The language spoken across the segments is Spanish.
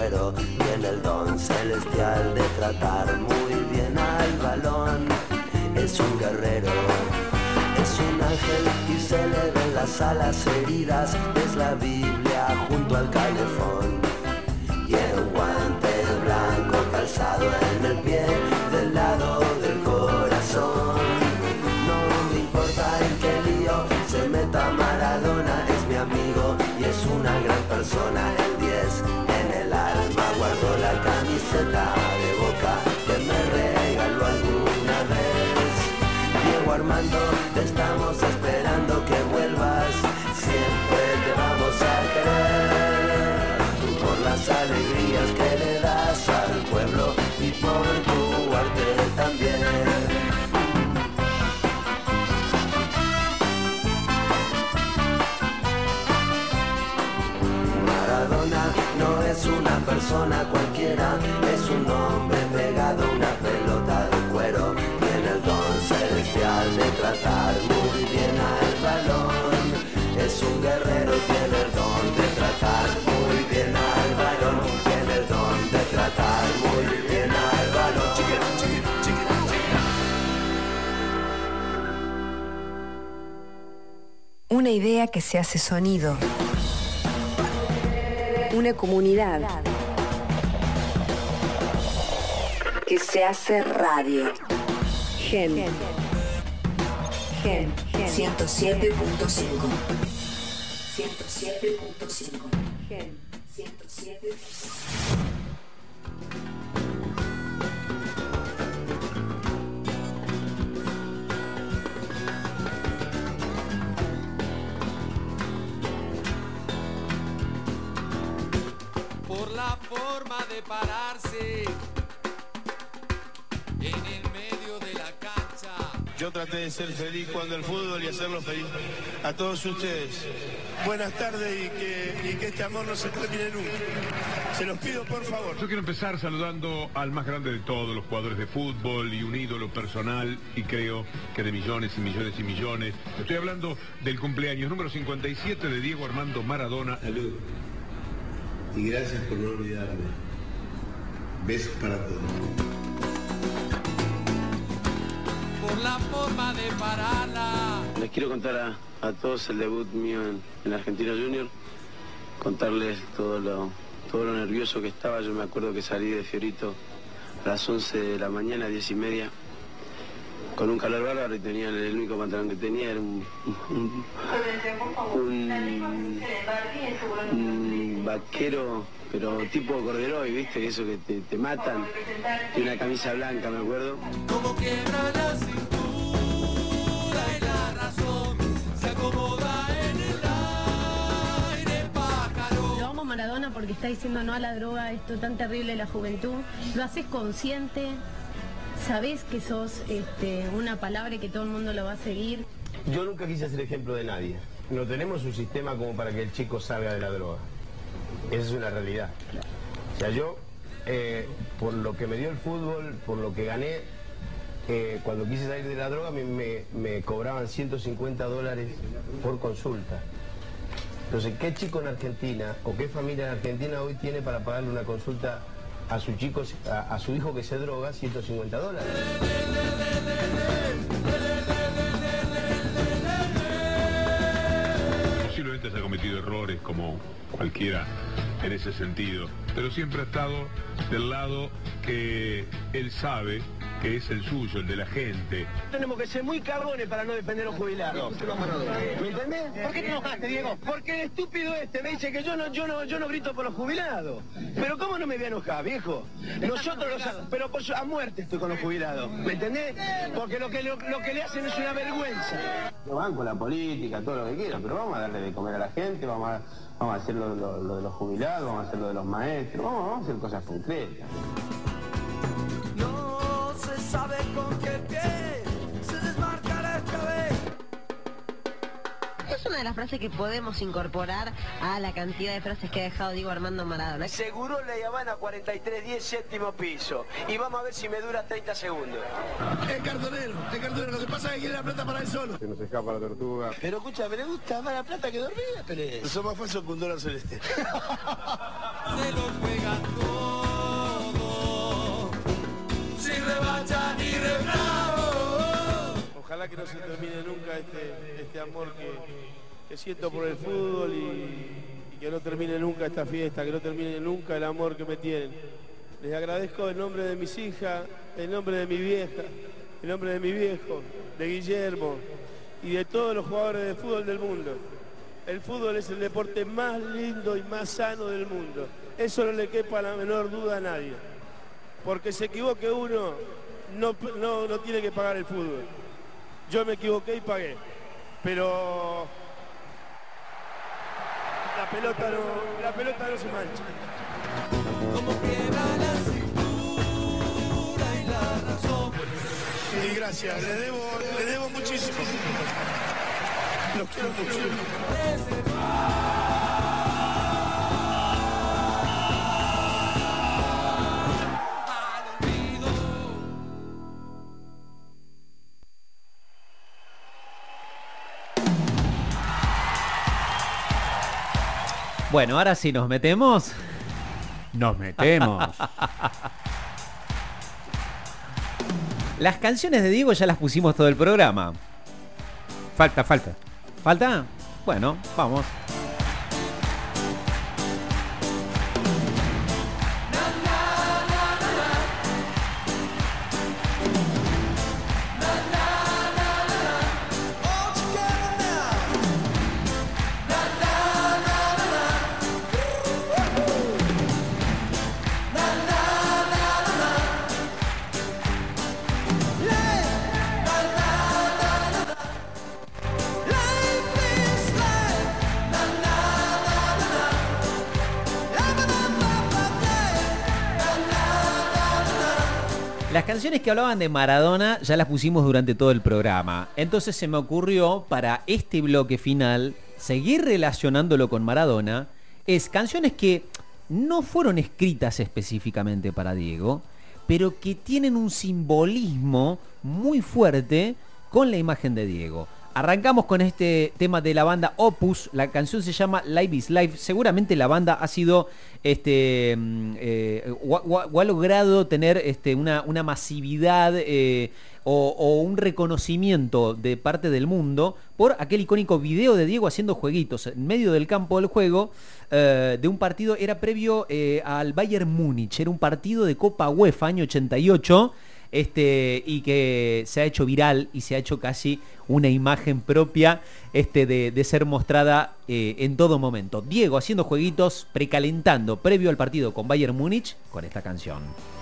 cuero, tiene el don celestial de tratar muy bien al balón. Es un guerrero, es un ángel y se le ven las alas heridas. Es la Biblia junto al calefón. Tiene un guante blanco calzado en el pie del lado del corazón. No me importa en qué lío se meta Maradona, es mi amigo y es una gran persona. El 10 en el alma, guardo la camiseta de Boca que me regaló alguna vez. Diego Armando, te estamos esperando que vuelvas, siempre te vamos a querer, por las alegrías que le das al pueblo y por tu arte también. Maradona no es una persona cualquiera, es un hombre pegado a una pelota de cuero. Tiene el don celestial de tratar muy bien al balón. Es un guerrero, tiene el don de tratar muy bien al balón. Tiene el don de tratar muy bien al balón. Chiquita, chiquita, chiquita, chiquita. Una idea que se hace sonido. Una comunidad que se hace radio. Gen 107.5. 107.5. Gen 107.5. Por la forma de pararse en el medio de la cancha. Yo traté de ser feliz jugando al fútbol y hacerlo feliz a todos ustedes. Buenas tardes y que este amor no se termine nunca. Se los pido por favor. Yo quiero empezar saludando al más grande de todos los jugadores de fútbol y un ídolo personal, y creo que de millones y millones y millones. Estoy hablando del cumpleaños número 57 de Diego Armando Maradona. Salud. Y gracias por no olvidarme. Besos para todos. Por la forma de pararla. Les quiero contar a todos el debut mío en Argentino Junior. Contarles todo lo nervioso que estaba. Yo me acuerdo que salí de Fiorito a las 11 de la mañana, 10:30, con un calor bárbaro, y tenía el único pantalón que tenía era un vaquero, pero tipo corderoy, ¿viste? Eso que te matan. Y una camisa blanca, me acuerdo. Como quiebra la cintura y la razón se acomoda en el aire, pájaro. Lo amo a Maradona porque está diciendo no a la droga, esto tan terrible de la juventud. Lo haces consciente, sabés que sos una palabra y que todo el mundo lo va a seguir. Yo nunca quise ser ejemplo de nadie. No tenemos un sistema como para que el chico salga de la droga. Esa es una realidad. O sea, yo, por lo que me dio el fútbol, por lo que gané, cuando quise salir de la droga me cobraban $150 por consulta. Entonces, ¿qué chico en Argentina o qué familia en Argentina hoy tiene para pagarle una consulta a su chico, a su hijo que se droga, $150? Posiblemente se ha cometido errores como cualquiera en ese sentido, pero siempre ha estado del lado que él sabe que es el suyo, el de la gente. Tenemos que ser muy cagones para no defender a los jubilados. ¿Me entendés? ¿Por qué te enojaste, Diego? Porque el estúpido me dice que yo no grito por los jubilados. Pero ¿cómo no me voy a enojar, viejo? Nosotros pero a muerte estoy con los jubilados. ¿Me entendés? Porque lo que le hacen es una vergüenza. Yo banco la política, todo lo que quieran, pero vamos a darle de comer a la gente, vamos a hacer lo de los jubilados, vamos a hacer lo de los maestros, vamos a hacer cosas concretas. No se sabe con qué pie se desmarcará esta vez. Es una de las frases que podemos incorporar a la cantidad de frases que ha dejado Diego Armando Maradona. Seguro la Habana 4310, séptimo piso. Y vamos a ver si me dura 30 segundos. Es cartonero. Lo que pasa es que quiere la plata para él solo. Se nos escapa la tortuga. Pero escucha, me gusta más la plata que dormir, Pérez. Son más falsos que un dólar celeste. Se lo juega todo. que no se termine nunca este amor que siento por el fútbol y que no termine nunca esta fiesta, que no termine nunca el amor que me tienen. Les agradezco en nombre de mis hijas, en nombre de mi vieja, en nombre de mi viejo, de Guillermo y de todos los jugadores de fútbol del mundo. El fútbol es el deporte más lindo y más sano del mundo. Eso no le quepa la menor duda a nadie. Porque se equivoque uno, no tiene que pagar el fútbol. Yo me equivoqué y pagué. Pero la pelota no se mancha. Como quiebra la cintura y la razón. Y gracias, le debo muchísimo. Los quiero mucho. Bueno, ahora sí nos metemos. Nos metemos. Las canciones de Diego ya las pusimos todo el programa. Falta. ¿Falta? Bueno, vamos. Las canciones que hablaban de Maradona ya las pusimos durante todo el programa. Entonces se me ocurrió para este bloque final seguir relacionándolo con Maradona. Es canciones que no fueron escritas específicamente para Diego, pero que tienen un simbolismo muy fuerte con la imagen de Diego. Arrancamos con este tema de la banda Opus. La canción se llama Live is Life. Seguramente la banda ha sido o ha logrado tener una masividad o un reconocimiento de parte del mundo por aquel icónico video de Diego haciendo jueguitos en medio del campo del juego de un partido. Era previo al Bayern Múnich. Era un partido de Copa UEFA año 88. Y que se ha hecho viral y se ha hecho casi una imagen propia de ser mostrada en todo momento. Diego haciendo jueguitos, precalentando previo al partido con Bayern Múnich con esta canción.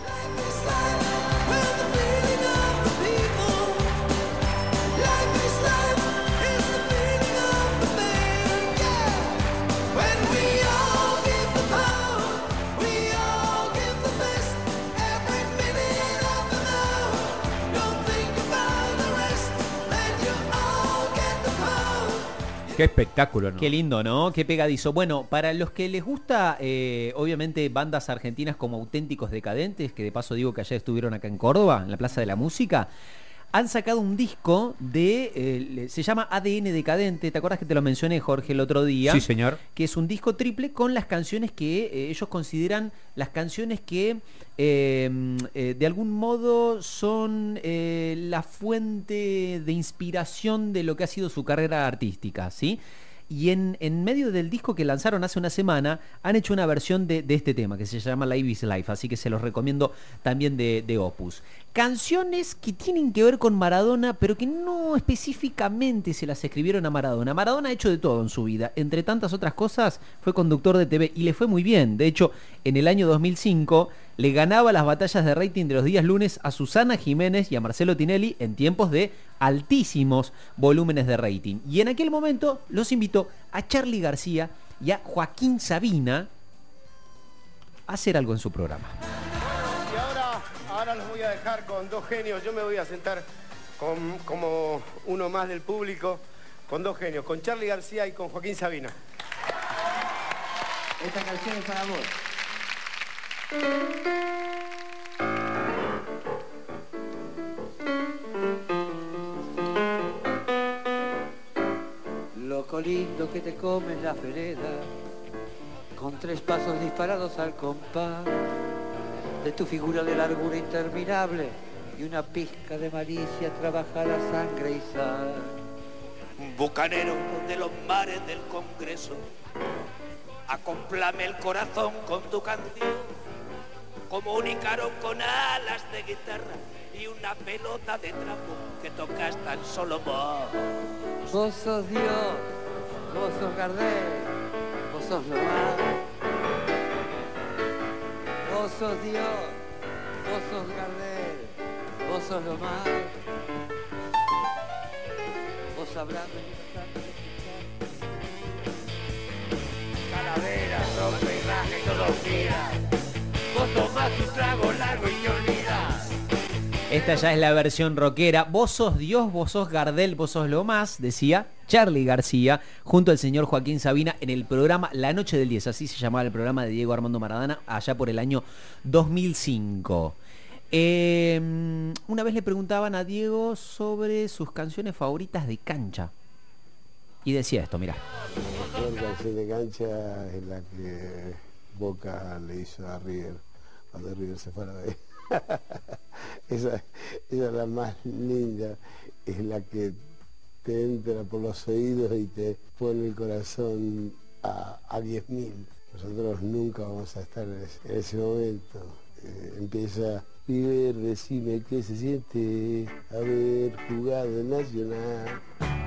Qué espectáculo, ¿no? Qué lindo, ¿no? Qué pegadizo. Bueno, para los que les gusta, obviamente, bandas argentinas como Auténticos Decadentes, que de paso digo que ayer estuvieron acá en Córdoba, en la Plaza de la Música, han sacado un disco se llama ADN Decadente. ¿Te acuerdas que te lo mencioné, Jorge, el otro día? Sí, señor. Que es un disco triple con las canciones que ellos consideran las canciones que de algún modo son la fuente de inspiración de lo que ha sido su carrera artística, ¿sí? Y en medio del disco que lanzaron hace una semana han hecho una versión de este tema que se llama Live is Life, así que se los recomiendo también de Opus. Canciones que tienen que ver con Maradona, pero que no específicamente se las escribieron a Maradona. Maradona ha hecho de todo en su vida. Entre tantas otras cosas, fue conductor de TV y le fue muy bien. De hecho, en el año 2005 le ganaba las batallas de rating de los días lunes a Susana Jiménez y a Marcelo Tinelli en tiempos de altísimos volúmenes de rating. Y en aquel momento los invitó a Charly García y a Joaquín Sabina a hacer algo en su programa. Y ahora los voy a dejar con dos genios. Yo me voy a sentar como uno más del público, con dos genios, con Charly García y con Joaquín Sabina. Esta canción es para vos. Loco lindo que te comes la vereda, con 3 pasos disparados al compás de tu figura de largura interminable, y una pizca de malicia trabajar a sangre y sal. Bucanero de los mares del Congreso, acómplame el corazón con tu canción, como un ícaro con alas de guitarra y una pelota de trapo que tocas tan solo vos. Vos sos Dios, vos sos Gardel, vos sos lo más. Vos sos Dios, vos sos Gardel, vos sos lo más. Vos sabrás Calavera, rompe y raja y todos miran. Vos tomás tu trago largo y te olvidas. Esta ya es la versión rockera. Vos sos Dios, vos sos Gardel, vos sos lo más, decía Charly García, junto al señor Joaquín Sabina en el programa La Noche del 10, así se llamaba el programa de Diego Armando Maradona, allá por el año 2005. Una vez le preguntaban a Diego sobre sus canciones favoritas de cancha. Y decía esto, mirá. La mejor canción de cancha es la que Boca le hizo a River, cuando River se fue a la B. esa es la más linda, es la que te entra por los oídos y te pone el corazón a 10.000. Nosotros nunca vamos a estar en ese momento. Empieza River, decime qué se siente haber jugado en Nacional.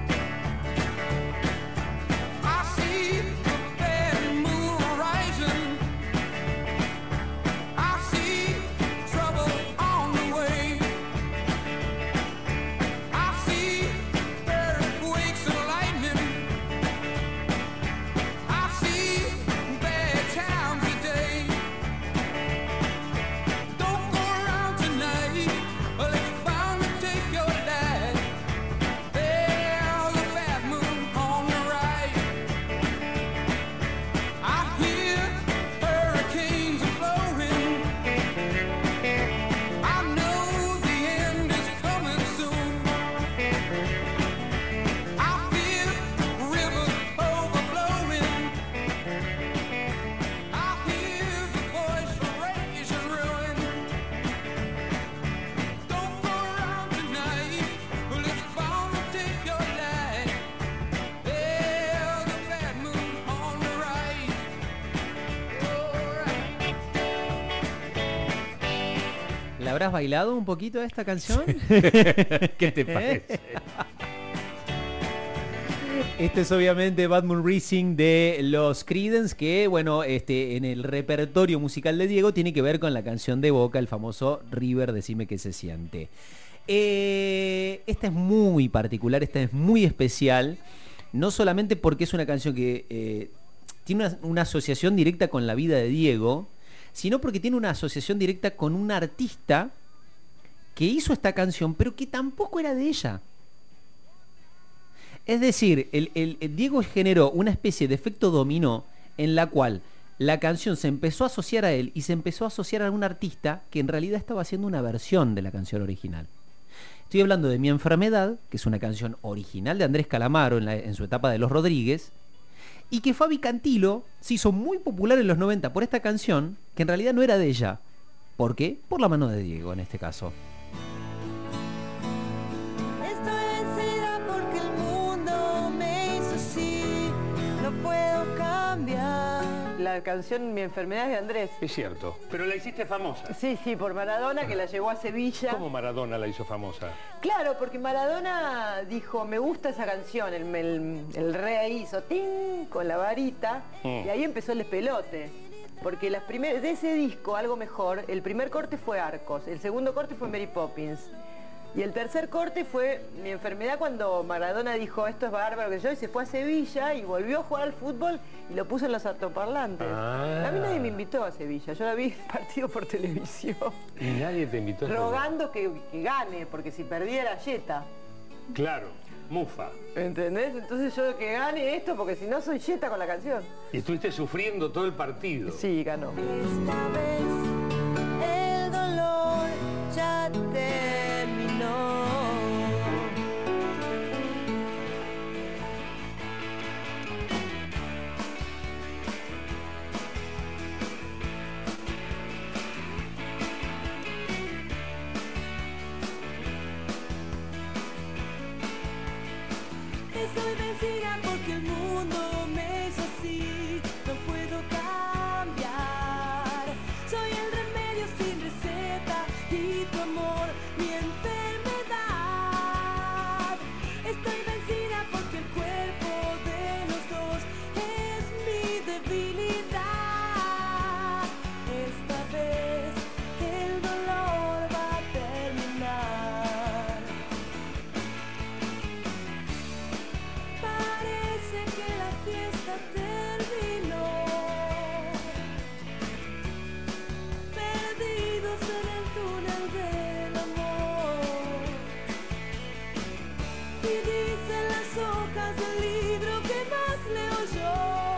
¿La habrás bailado un poquito esta canción? ¿Qué te parece? Este es obviamente Bad Moon Rising de los Creedence, que bueno, en el repertorio musical de Diego tiene que ver con la canción de Boca, el famoso River, decime qué se siente. Esta es muy particular, esta es muy especial, no solamente porque es una canción que tiene una asociación directa con la vida de Diego, sino porque tiene una asociación directa con un artista que hizo esta canción, pero que tampoco era de ella. Es decir, el Diego generó una especie de efecto dominó en la cual la canción se empezó a asociar a él y se empezó a asociar a un artista que en realidad estaba haciendo una versión de la canción original. Estoy hablando de Mi Enfermedad, que es una canción original de Andrés Calamaro en su etapa de Los Rodríguez, y que Fabi Cantilo se hizo muy popular en los 90 por esta canción, que en realidad no era de ella. ¿Por qué? Por la mano de Diego, en este caso. Estoy vencida porque el mundo me hizo así, no puedo cambiar. La canción Mi Enfermedad es de Andrés. Es cierto, pero la hiciste famosa. Sí, por Maradona, que la llevó a Sevilla. ¿Cómo Maradona la hizo famosa? Claro, porque Maradona dijo, me gusta esa canción, el rey hizo ting con la varita, y ahí empezó el despelote. Porque de ese disco, Algo Mejor, el primer corte fue Arcos, el segundo corte fue Mary Poppins, y el tercer corte fue Mi Enfermedad, cuando Maradona dijo, esto es bárbaro que yo, y se fue a Sevilla y volvió a jugar al fútbol y lo puso en los altoparlantes. A mí nadie me invitó a Sevilla, yo la vi el partido por televisión. ¿Y nadie te invitó? Rogando que gane, porque si perdiera Yeta. Claro, mufa. ¿Entendés? Entonces yo que gane esto, porque si no soy Yeta con la canción. Y estuviste sufriendo todo el partido. Sí, ganó. Esta vez el dolor ya terminó. Estoy vencida porque el mundo me hizo así. No puedo cambiar. Soy el remedio sin receta y tu amor mi enfermedad. Estoy vencida porque el cuerpo de los dos es mi debilidad. Esta vez el dolor va a terminar. Parece que la fiesta terminó. Perdidos en el túnel del amor. Y dicen las hojas del libro que más leo yo.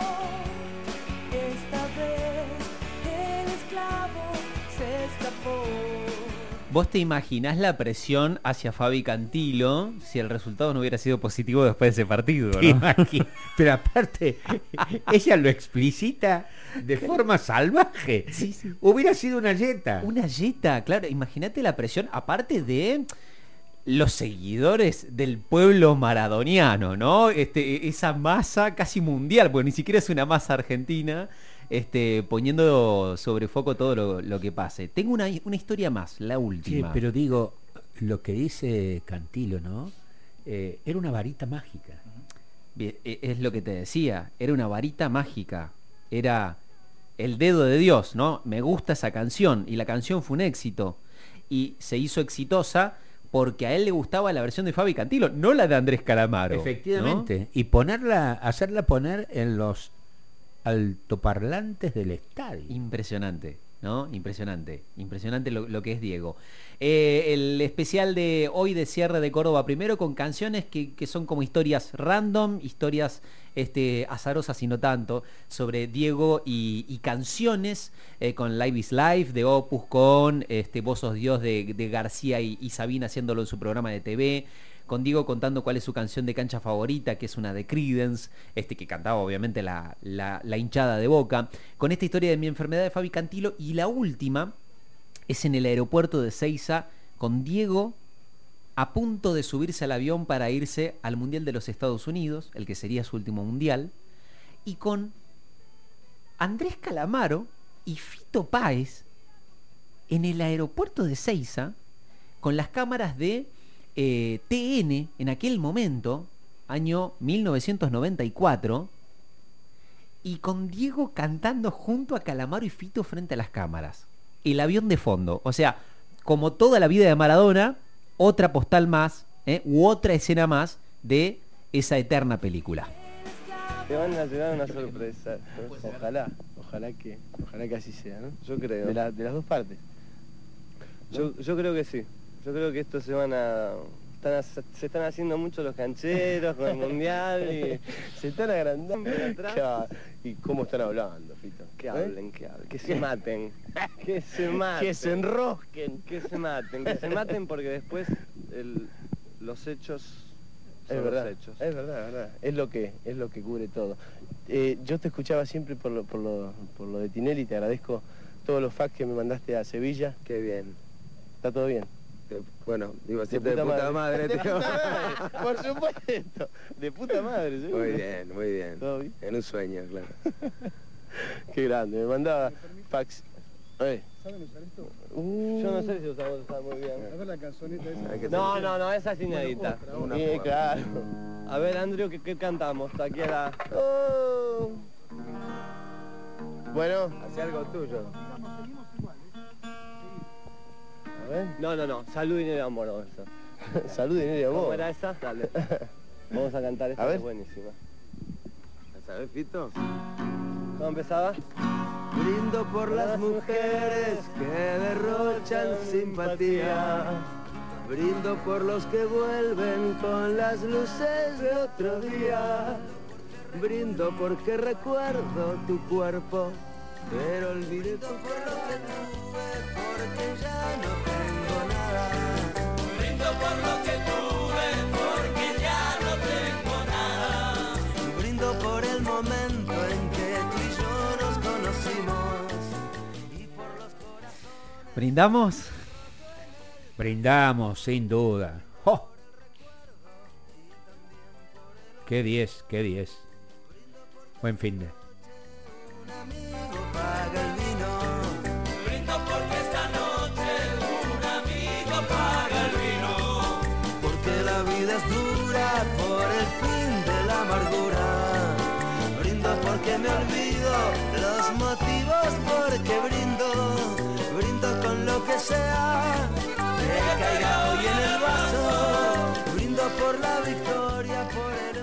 Esta vez el esclavo se escapó. ¿Vos te imaginás la presión hacia Fabi Cantilo si el resultado no hubiera sido positivo después de ese partido, ¿no? Pero aparte, ella lo explicita de forma salvaje. Sí, sí. Hubiera sido una yeta. Una yeta, claro. Imagínate la presión, aparte de los seguidores del pueblo maradoniano, ¿no? Esa masa casi mundial, porque ni siquiera es una masa argentina, poniendo sobre foco todo lo que pase. Tengo una historia más, la Sí, última. pero digo, lo que dice Cantilo, ¿no? Era una varita mágica. Bien, es lo que te decía, era una varita mágica, era el dedo de Dios, ¿no? Me gusta esa canción, y la canción fue un éxito, y se hizo exitosa porque a él le gustaba la versión de Fabi Cantilo, no la de Andrés Calamaro. Efectivamente. Y hacerla poner en los altoparlantes del estadio. Impresionante, ¿no? Impresionante lo que es Diego. El especial de hoy de cierre de Córdoba Primero, con canciones que son como historias random, historias azarosas y no tanto, sobre Diego y canciones, con Live is Life de Opus, con Vos sos Dios de García y Sabina haciéndolo en su programa de TV, con Diego contando cuál es su canción de cancha favorita, que es una de Creedence, que cantaba obviamente la hinchada de Boca, con esta historia de mi enfermedad de Fabi Cantilo, y la última es en el aeropuerto de Seiza, con Diego a punto de subirse al avión para irse al Mundial de los Estados Unidos, el que sería su último mundial, y con Andrés Calamaro y Fito Páez en el aeropuerto de Seiza, con las cámaras de TN en aquel momento, año 1994, y con Diego cantando junto a Calamaro y Fito frente a las cámaras. El avión de fondo, o sea, como toda la vida de Maradona, otra postal más, u otra escena más de esa eterna película. Te van a llegar una sorpresa. Ojalá que así sea, ¿no? Yo creo. De las dos partes. ¿No? Yo creo que sí. Yo creo que esto se están haciendo mucho los cancheros con el mundial y se están agrandando atrás. ¿Y cómo están hablando, Fito? Que hablen, que se maten, que se maten, que se enrosquen, que se maten porque después los hechos son es verdad, los hechos. Es verdad, es lo que cubre todo. Yo te escuchaba siempre por lo de Tinelli, te agradezco todos los fax que me mandaste a Sevilla. Qué bien. ¿Está todo bien? Bueno, digo así de puta madre, tío. Por supuesto, de puta madre, seguro. Muy bien. ¿Todo bien? En un sueño, claro. Qué grande, me mandaba fax. ¿Saben usar esto? Yo no sé si usamos está muy bien. A ver la canzoneta esa. No, esa es inédita. Claro. A ver, Andrew, ¿qué cantamos? Aquí a la... Bueno, hace algo tuyo. Seguimos igual, A ver. No, salud, dinero y amor. Vamos a Salud, dinero y amor. ¿Cómo era esa? Dale. Vamos a cantar esta, A ver. es buenísima. ¿Sabes, Fito? ¿Cómo empezaba? Brindo por las mujeres que derrochan simpatía. Brindo por los que vuelven con las luces de otro día. Brindo porque recuerdo tu cuerpo, pero olvido por lo que tuve, porque ya no tengo nada. Brindo por lo que tuve, porque ya no tengo nada. Brindo por el momento en que tú y yo nos conocimos. Y por los corazones. ¿Brindamos? Brindamos, sin duda. ¡Oh! Qué 10, qué 10. Buen fin de. Paga el vino. Brindo porque esta noche un amigo paga el vino. Porque la vida es dura por el fin de la amargura. Brindo porque me olvido los motivos porque brindo con lo que sea que caiga hoy en el vaso. Brindo por la victoria, por el